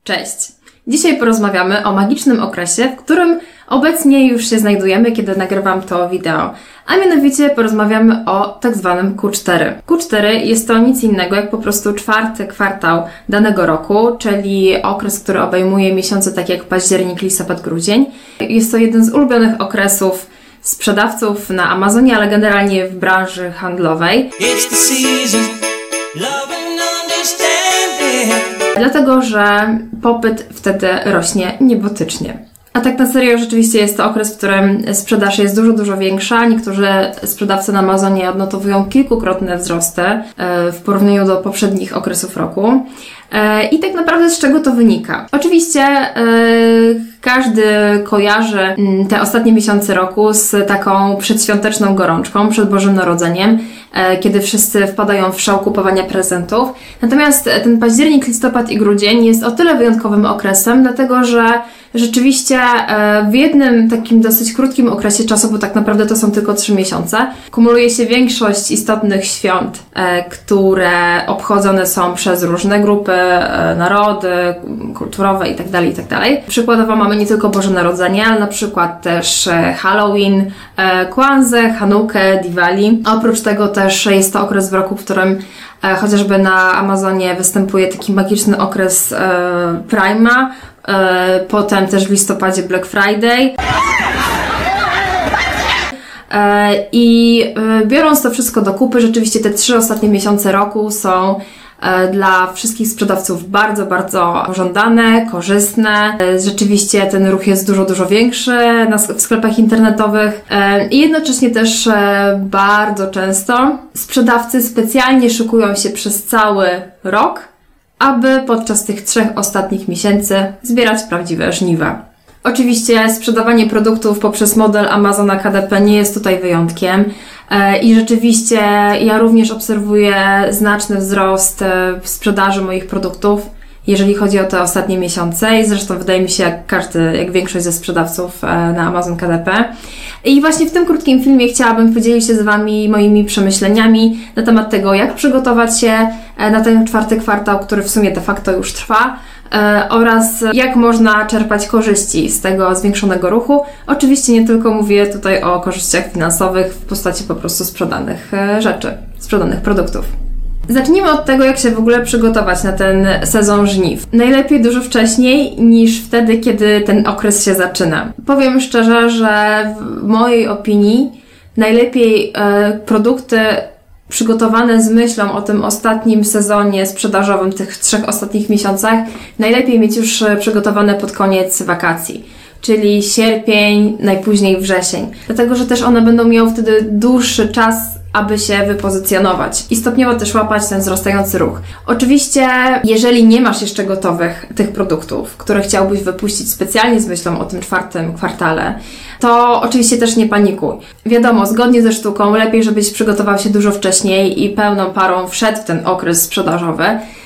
Cześć! Dzisiaj porozmawiamy o magicznym okresie, w którym obecnie już się znajdujemy, kiedy nagrywam to wideo. A mianowicie porozmawiamy o tak zwanym Q4. Q4 jest to nic innego jak po prostu czwarty kwartał danego roku, czyli okres, który obejmuje miesiące takie jak październik, listopad, grudzień. Jest to jeden z ulubionych okresów sprzedawców na Amazonie, ale generalnie w branży handlowej. Dlatego, że popyt wtedy rośnie niebotycznie. A tak na serio rzeczywiście jest to okres, w którym sprzedaż jest dużo większa. Niektórzy sprzedawcy na Amazonie odnotowują kilkukrotne wzrosty w porównaniu do poprzednich okresów roku. I tak naprawdę z czego to wynika? Oczywiście każdy kojarzy te ostatnie miesiące roku z taką przedświąteczną gorączką, przed Bożym Narodzeniem, kiedy wszyscy wpadają w szał kupowania prezentów. Natomiast ten październik, listopad i grudzień jest o tyle wyjątkowym okresem, dlatego że rzeczywiście w jednym takim dosyć krótkim okresie czasu, bo tak naprawdę to są tylko 3 miesiące, kumuluje się większość istotnych świąt, które obchodzone są przez różne grupy, narody kulturowe itd. Przykładowo mamy nie tylko Boże Narodzenie, ale na przykład też Halloween, Kwanzę, Hanukę, Diwali. Oprócz tego też jest to okres w roku, w którym chociażby na Amazonie występuje taki magiczny okres Prima, potem też w listopadzie Black Friday. I biorąc to wszystko do kupy, rzeczywiście te 3 ostatnie miesiące roku są dla wszystkich sprzedawców bardzo pożądane, korzystne. Rzeczywiście ten ruch jest dużo większy w sklepach internetowych i jednocześnie też bardzo często sprzedawcy specjalnie szykują się przez cały rok, aby podczas tych 3 ostatnich miesięcy zbierać prawdziwe żniwa. Oczywiście sprzedawanie produktów poprzez model Amazona KDP nie jest tutaj wyjątkiem i rzeczywiście ja również obserwuję znaczny wzrost w sprzedaży moich produktów, jeżeli chodzi o te ostatnie miesiące i zresztą wydaje mi się jak większość ze sprzedawców na Amazon KDP. I właśnie w tym krótkim filmie chciałabym podzielić się z Wami moimi przemyśleniami na temat tego, jak przygotować się na ten 4 kwartał, który w sumie de facto już trwa, oraz jak można czerpać korzyści z tego zwiększonego ruchu. Oczywiście nie tylko mówię tutaj o korzyściach finansowych w postaci po prostu sprzedanych rzeczy, sprzedanych produktów. Zacznijmy od tego, jak się w ogóle przygotować na ten sezon żniw. Najlepiej dużo wcześniej niż wtedy, kiedy ten okres się zaczyna. Powiem szczerze, że w mojej opinii najlepiej produkty przygotowane z myślą o tym ostatnim sezonie sprzedażowym, tych 3 ostatnich miesiącach, najlepiej mieć już przygotowane pod koniec wakacji, czyli sierpień, najpóźniej wrzesień. Dlatego, że też one będą miały wtedy dłuższy czas, aby się wypozycjonować i stopniowo też łapać ten wzrastający ruch. Oczywiście, jeżeli nie masz jeszcze gotowych tych produktów, które chciałbyś wypuścić specjalnie z myślą o tym 4 kwartale, to oczywiście też nie panikuj. Wiadomo, zgodnie ze sztuką lepiej, żebyś przygotował się dużo wcześniej i pełną parą wszedł w ten okres sprzedażowy.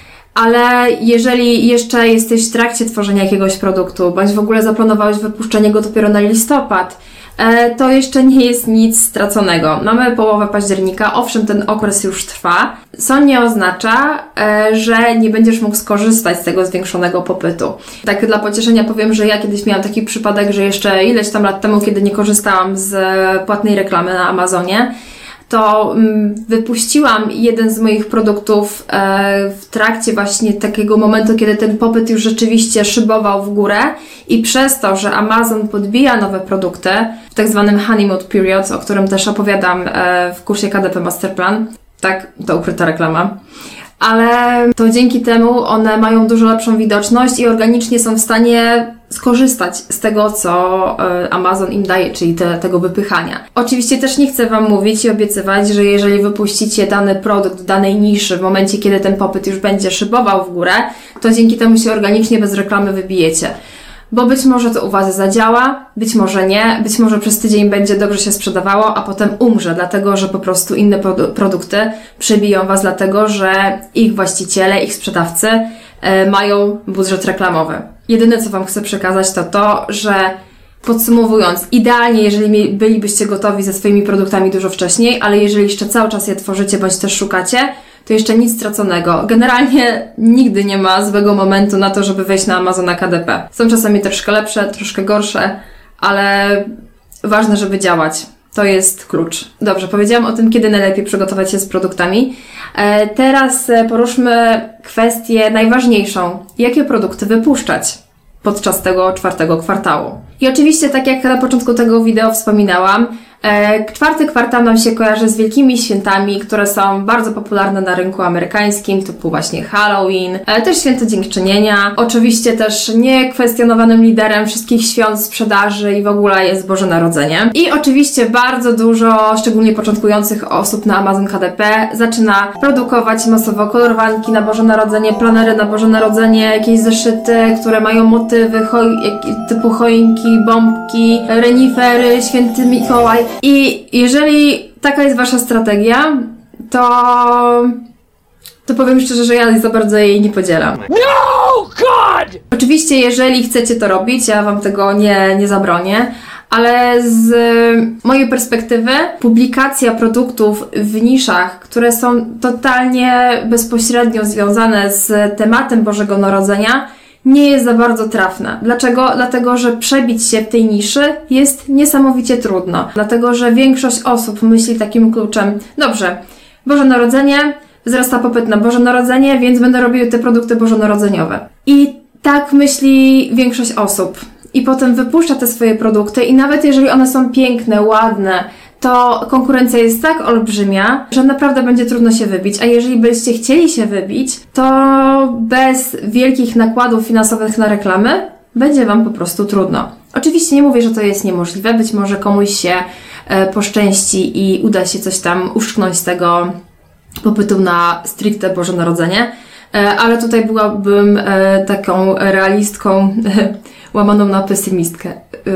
Ale jeżeli jeszcze jesteś w trakcie tworzenia jakiegoś produktu, bądź w ogóle zaplanowałeś wypuszczenie go dopiero na listopad, to jeszcze nie jest nic straconego. Mamy połowę października, owszem, ten okres już trwa, co nie oznacza, że nie będziesz mógł skorzystać z tego zwiększonego popytu. Tak dla pocieszenia powiem, że ja kiedyś miałam taki przypadek, że jeszcze ileś tam lat temu, kiedy nie korzystałam z płatnej reklamy na Amazonie, to wypuściłam jeden z moich produktów w trakcie właśnie takiego momentu, kiedy ten popyt już rzeczywiście szybował w górę i przez to, że Amazon podbija nowe produkty w tak zwanym honeymoon period, o którym też opowiadam w kursie KDP Masterplan, tak, to ukryta reklama, ale to dzięki temu one mają dużo lepszą widoczność i organicznie są w stanie skorzystać z tego, co Amazon im daje, czyli tego wypychania. Oczywiście też nie chcę Wam mówić i obiecywać, że jeżeli wypuścicie dany produkt w danej niszy w momencie, kiedy ten popyt już będzie szybował w górę, to dzięki temu się organicznie bez reklamy wybijecie. Bo być może to u Was zadziała, być może nie, być może przez tydzień będzie dobrze się sprzedawało, a potem umrze, dlatego że po prostu inne produkty przebiją Was, dlatego że ich właściciele, ich sprzedawcy mają budżet reklamowy. Jedyne, co Wam chcę przekazać, to to, że podsumowując, idealnie, jeżeli bylibyście gotowi ze swoimi produktami dużo wcześniej, ale jeżeli jeszcze cały czas je tworzycie bądź też szukacie, to jeszcze nic straconego. Generalnie nigdy nie ma złego momentu na to, żeby wejść na Amazona KDP. Są czasami troszkę lepsze, troszkę gorsze, ale ważne, żeby działać. To jest klucz. Dobrze, powiedziałam o tym, kiedy najlepiej przygotować się z produktami. Teraz poruszmy kwestię najważniejszą. Jakie produkty wypuszczać podczas tego 4. kwartału? I oczywiście, tak jak na początku tego wideo wspominałam, 4. kwartał nam się kojarzy z wielkimi świętami, które są bardzo popularne na rynku amerykańskim, typu właśnie Halloween, też Święto Dziękczynienia. Oczywiście też niekwestionowanym liderem wszystkich świąt, sprzedaży i w ogóle jest Boże Narodzenie. I oczywiście bardzo dużo, szczególnie początkujących osób na Amazon KDP zaczyna produkować masowo kolorowanki na Boże Narodzenie, planery na Boże Narodzenie, jakieś zeszyty, które mają motywy typu choinki, bombki, renifery, Święty Mikołaj. I jeżeli taka jest Wasza strategia, to powiem szczerze, że ja za bardzo jej nie podzielam. No, God! Oczywiście, jeżeli chcecie to robić, ja Wam tego nie zabronię, ale z mojej perspektywy publikacja produktów w niszach, które są totalnie bezpośrednio związane z tematem Bożego Narodzenia, nie jest za bardzo trafna. Dlaczego? Dlatego, że przebić się w tej niszy jest niesamowicie trudno. Dlatego, że większość osób myśli takim kluczem: dobrze, Boże Narodzenie, wzrasta popyt na Boże Narodzenie, więc będę robił te produkty bożonarodzeniowe. I tak myśli większość osób. I potem wypuszcza te swoje produkty i nawet jeżeli one są piękne, ładne, to konkurencja jest tak olbrzymia, że naprawdę będzie trudno się wybić. A jeżeli byście chcieli się wybić, to bez wielkich nakładów finansowych na reklamy będzie Wam po prostu trudno. Oczywiście nie mówię, że to jest niemożliwe. Być może komuś się poszczęści i uda się coś tam uszczknąć z tego popytu na stricte Boże Narodzenie, ale tutaj byłabym taką realistką łamaną na pesymistkę.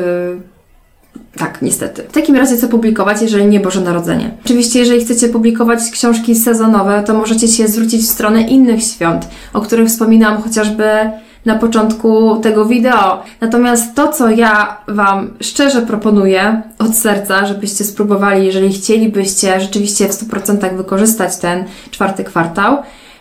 Tak, niestety. W takim razie co publikować, jeżeli nie Boże Narodzenie? Oczywiście, jeżeli chcecie publikować książki sezonowe, to możecie się zwrócić w stronę innych świąt, o których wspominałam chociażby na początku tego wideo. Natomiast to, co ja Wam szczerze proponuję od serca, żebyście spróbowali, jeżeli chcielibyście rzeczywiście w 100% wykorzystać ten 4. kwartał,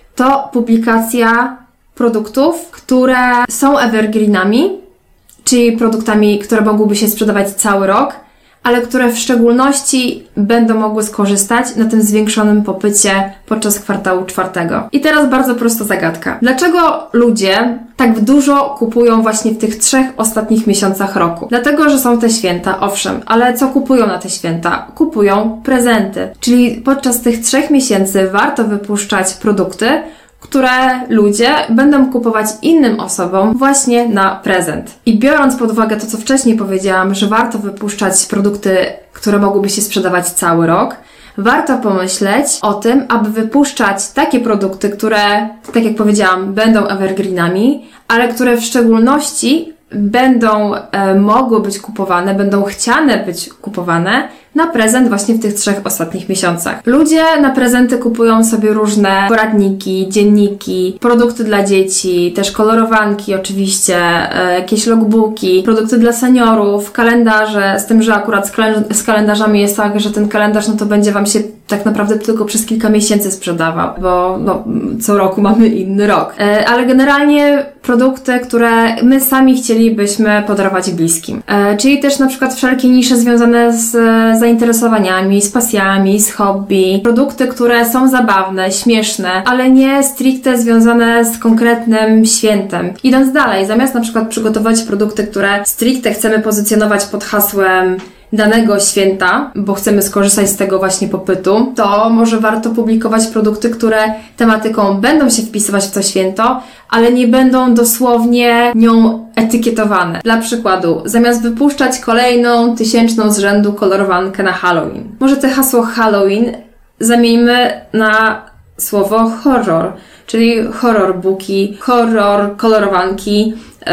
to publikacja produktów, które są evergreenami, czyli produktami, które mogłyby się sprzedawać cały rok, ale które w szczególności będą mogły skorzystać na tym zwiększonym popycie podczas kwartału 4. I teraz bardzo prosta zagadka. Dlaczego ludzie tak dużo kupują właśnie w tych 3 ostatnich miesiącach roku? Dlatego, że są te święta, owszem, ale co kupują na te święta? Kupują prezenty. Czyli podczas tych 3 miesięcy warto wypuszczać produkty, które ludzie będą kupować innym osobom właśnie na prezent. I biorąc pod uwagę to, co wcześniej powiedziałam, że warto wypuszczać produkty, które mogłyby się sprzedawać cały rok, warto pomyśleć o tym, aby wypuszczać takie produkty, które, tak jak powiedziałam, będą evergreenami, ale które w szczególności będą mogły być kupowane, będą chciane być kupowane na prezent właśnie w tych 3 ostatnich miesiącach. Ludzie na prezenty kupują sobie różne poradniki, dzienniki, produkty dla dzieci, też kolorowanki oczywiście, jakieś logbooki, produkty dla seniorów, kalendarze, z tym, że akurat z kalendarzami jest tak, że ten kalendarz to będzie Wam się tak naprawdę tylko przez kilka miesięcy sprzedawał, bo co roku mamy inny rok. Ale generalnie produkty, które my sami chcielibyśmy podarować bliskim. Czyli też na przykład wszelkie nisze związane z zainteresowaniami, z pasjami, z hobby. Produkty, które są zabawne, śmieszne, ale nie stricte związane z konkretnym świętem. Idąc dalej, zamiast na przykład przygotować produkty, które stricte chcemy pozycjonować pod hasłem danego święta, bo chcemy skorzystać z tego właśnie popytu, to może warto publikować produkty, które tematyką będą się wpisywać w to święto, ale nie będą dosłownie nią etykietowane. Dla przykładu, zamiast wypuszczać kolejną 1000 z rzędu kolorowankę na Halloween, może te hasło Halloween zamieńmy na słowo horror, czyli horror booki, horror kolorowanki,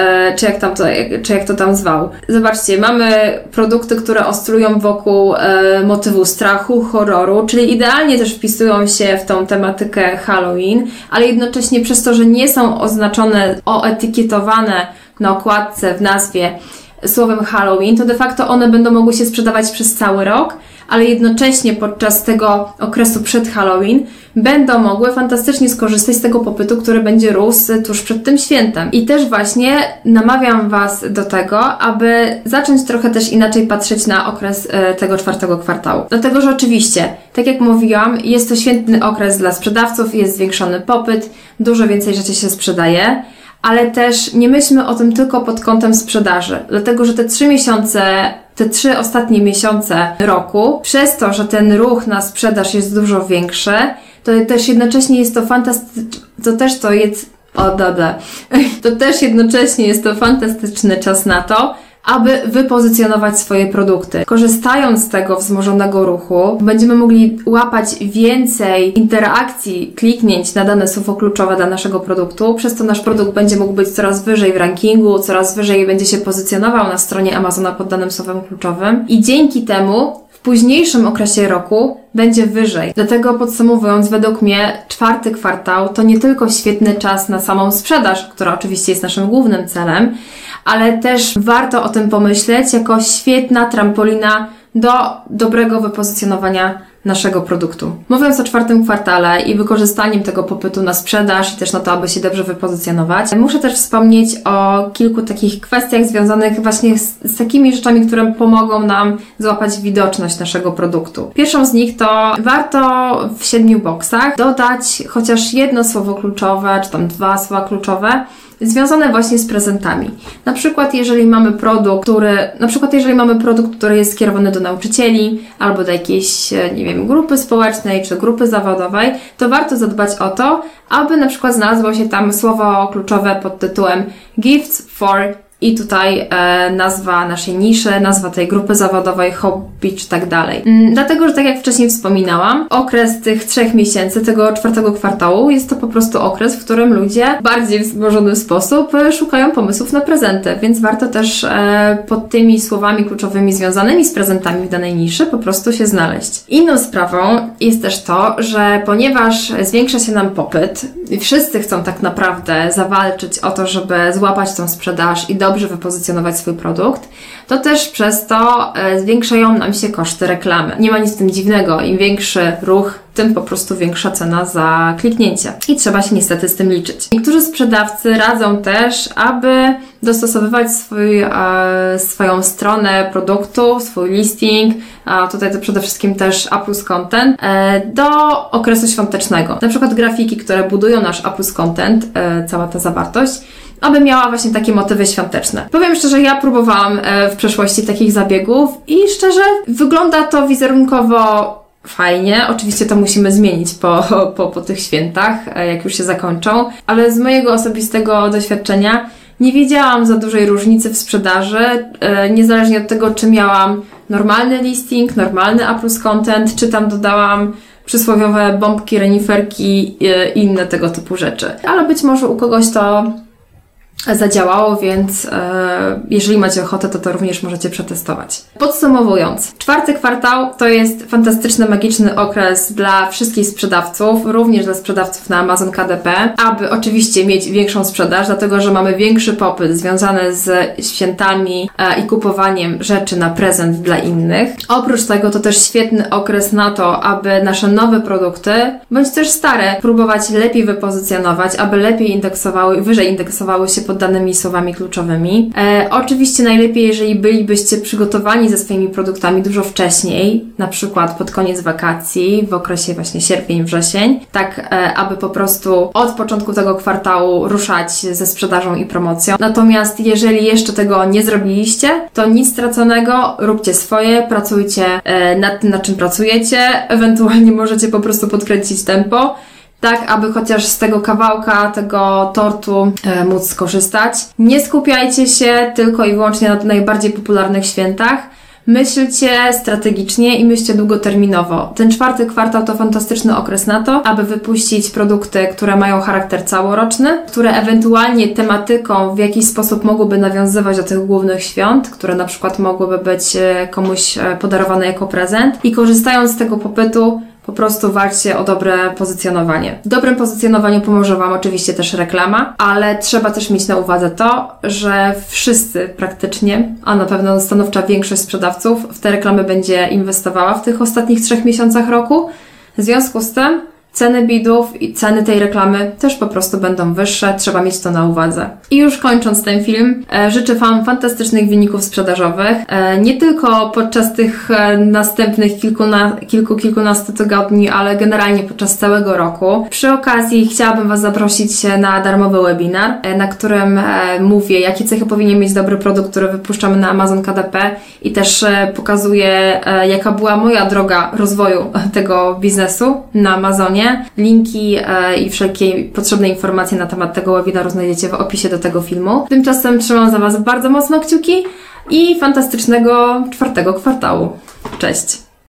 czy jak to tam zwał. Zobaczcie, mamy produkty, które oscylują wokół motywu strachu, horroru, czyli idealnie też wpisują się w tą tematykę Halloween, ale jednocześnie przez to, że nie są oznaczone, oetykietowane na okładce, w nazwie słowem Halloween, to de facto one będą mogły się sprzedawać przez cały rok, ale jednocześnie podczas tego okresu przed Halloween będą mogły fantastycznie skorzystać z tego popytu, który będzie rósł tuż przed tym świętem. I też właśnie namawiam Was do tego, aby zacząć trochę też inaczej patrzeć na okres tego czwartego kwartału. Dlatego, że oczywiście, tak jak mówiłam, jest to świetny okres dla sprzedawców, jest zwiększony popyt, dużo więcej rzeczy się sprzedaje, ale też nie myślmy o tym tylko pod kątem sprzedaży, dlatego, że te 3 ostatnie miesiące roku, przez to, że ten ruch na sprzedaż jest dużo większy, to też jednocześnie jest to fantastyczny czas na to, aby wypozycjonować swoje produkty. Korzystając z tego wzmożonego ruchu, będziemy mogli łapać więcej interakcji, kliknięć na dane słowo kluczowe dla naszego produktu, przez to nasz produkt będzie mógł być coraz wyżej w rankingu, coraz wyżej będzie się pozycjonował na stronie Amazona pod danym słowem kluczowym i dzięki temu w późniejszym okresie roku będzie wyżej. Dlatego podsumowując, według mnie czwarty kwartał to nie tylko świetny czas na samą sprzedaż, która oczywiście jest naszym głównym celem, ale też warto o tym pomyśleć jako świetna trampolina do dobrego wypozycjonowania naszego produktu. Mówiąc o czwartym kwartale i wykorzystaniem tego popytu na sprzedaż i też na to, aby się dobrze wypozycjonować, muszę też wspomnieć o kilku takich kwestiach związanych właśnie z takimi rzeczami, które pomogą nam złapać widoczność naszego produktu. Pierwszą z nich to warto w 7 boksach dodać chociaż jedno słowo kluczowe, czy tam 2 słowa kluczowe, związane właśnie z prezentami. Na przykład jeżeli mamy produkt, który jest skierowany do nauczycieli albo do jakiejś, nie wiem, grupy społecznej czy grupy zawodowej, to warto zadbać o to, aby na przykład znalazło się tam słowo kluczowe pod tytułem Gifts for i tutaj nazwa naszej niszy, nazwa tej grupy zawodowej, hobby czy tak dalej. Dlatego, że tak jak wcześniej wspominałam, okres tych 3 miesięcy, tego czwartego kwartału jest to po prostu okres, w którym ludzie w bardziej wzmożony sposób szukają pomysłów na prezenty, więc warto też pod tymi słowami kluczowymi związanymi z prezentami w danej niszy po prostu się znaleźć. Inną sprawą jest też to, że ponieważ zwiększa się nam popyt i wszyscy chcą tak naprawdę zawalczyć o to, żeby złapać tą sprzedaż i dobrze wypozycjonować swój produkt, to też przez to zwiększają nam się koszty reklamy. Nie ma nic w tym dziwnego. Im większy ruch, tym po prostu większa cena za kliknięcie. I trzeba się niestety z tym liczyć. Niektórzy sprzedawcy radzą też, aby dostosowywać swoją stronę produktu, swój listing, tutaj to przede wszystkim też A+ content, do okresu świątecznego. Na przykład grafiki, które budują nasz A+ content, cała ta zawartość, aby miała właśnie takie motywy świąteczne. Powiem szczerze, ja próbowałam w przeszłości takich zabiegów i szczerze wygląda to wizerunkowo fajnie. Oczywiście to musimy zmienić po tych świętach, jak już się zakończą, ale z mojego osobistego doświadczenia nie widziałam za dużej różnicy w sprzedaży, niezależnie od tego, czy miałam normalny listing, normalny A+ content, czy tam dodałam przysłowiowe bombki, reniferki i inne tego typu rzeczy. Ale być może u kogoś to zadziałało, więc jeżeli macie ochotę, to również możecie przetestować. Podsumowując, czwarty kwartał to jest fantastyczny, magiczny okres dla wszystkich sprzedawców, również dla sprzedawców na Amazon KDP, aby oczywiście mieć większą sprzedaż, dlatego że mamy większy popyt związany z świętami i kupowaniem rzeczy na prezent dla innych. Oprócz tego to też świetny okres na to, aby nasze nowe produkty, bądź też stare, próbować lepiej wypozycjonować, aby lepiej indeksowały, wyżej indeksowały się pod danymi słowami kluczowymi. Oczywiście najlepiej, jeżeli bylibyście przygotowani ze swoimi produktami dużo wcześniej, na przykład pod koniec wakacji, w okresie właśnie sierpień, wrzesień, tak aby po prostu od początku tego kwartału ruszać ze sprzedażą i promocją. Natomiast jeżeli jeszcze tego nie zrobiliście, to nic straconego, róbcie swoje, pracujcie nad tym, nad czym pracujecie, ewentualnie możecie po prostu podkręcić tempo, tak aby chociaż z tego kawałka, tego tortu móc skorzystać. Nie skupiajcie się tylko i wyłącznie na najbardziej popularnych świętach. Myślcie strategicznie i myślcie długoterminowo. Ten czwarty kwartał to fantastyczny okres na to, aby wypuścić produkty, które mają charakter całoroczny, które ewentualnie tematyką w jakiś sposób mogłyby nawiązywać do tych głównych świąt, które na przykład mogłyby być komuś podarowane jako prezent i korzystając z tego popytu Po prostu walczcie o dobre pozycjonowanie. W dobrym pozycjonowaniu pomoże Wam oczywiście też reklama, ale trzeba też mieć na uwadze to, że wszyscy praktycznie, a na pewno stanowcza większość sprzedawców w te reklamy będzie inwestowała w tych ostatnich 3 miesiącach roku. W związku z tym ceny bidów i ceny tej reklamy też po prostu będą wyższe, trzeba mieć to na uwadze. I już kończąc ten film, życzę Wam fantastycznych wyników sprzedażowych, nie tylko podczas tych następnych kilkunastu tygodni, ale generalnie podczas całego roku. Przy okazji chciałabym Was zaprosić na darmowy webinar, na którym mówię, jakie cechy powinien mieć dobry produkt, który wypuszczamy na Amazon KDP i też pokazuję, jaka była moja droga rozwoju tego biznesu na Amazonie. Linki i wszelkie potrzebne informacje na temat tego webinaru znajdziecie w opisie do tego filmu. Tymczasem trzymam za Was bardzo mocno kciuki i fantastycznego 4. kwartału. Cześć!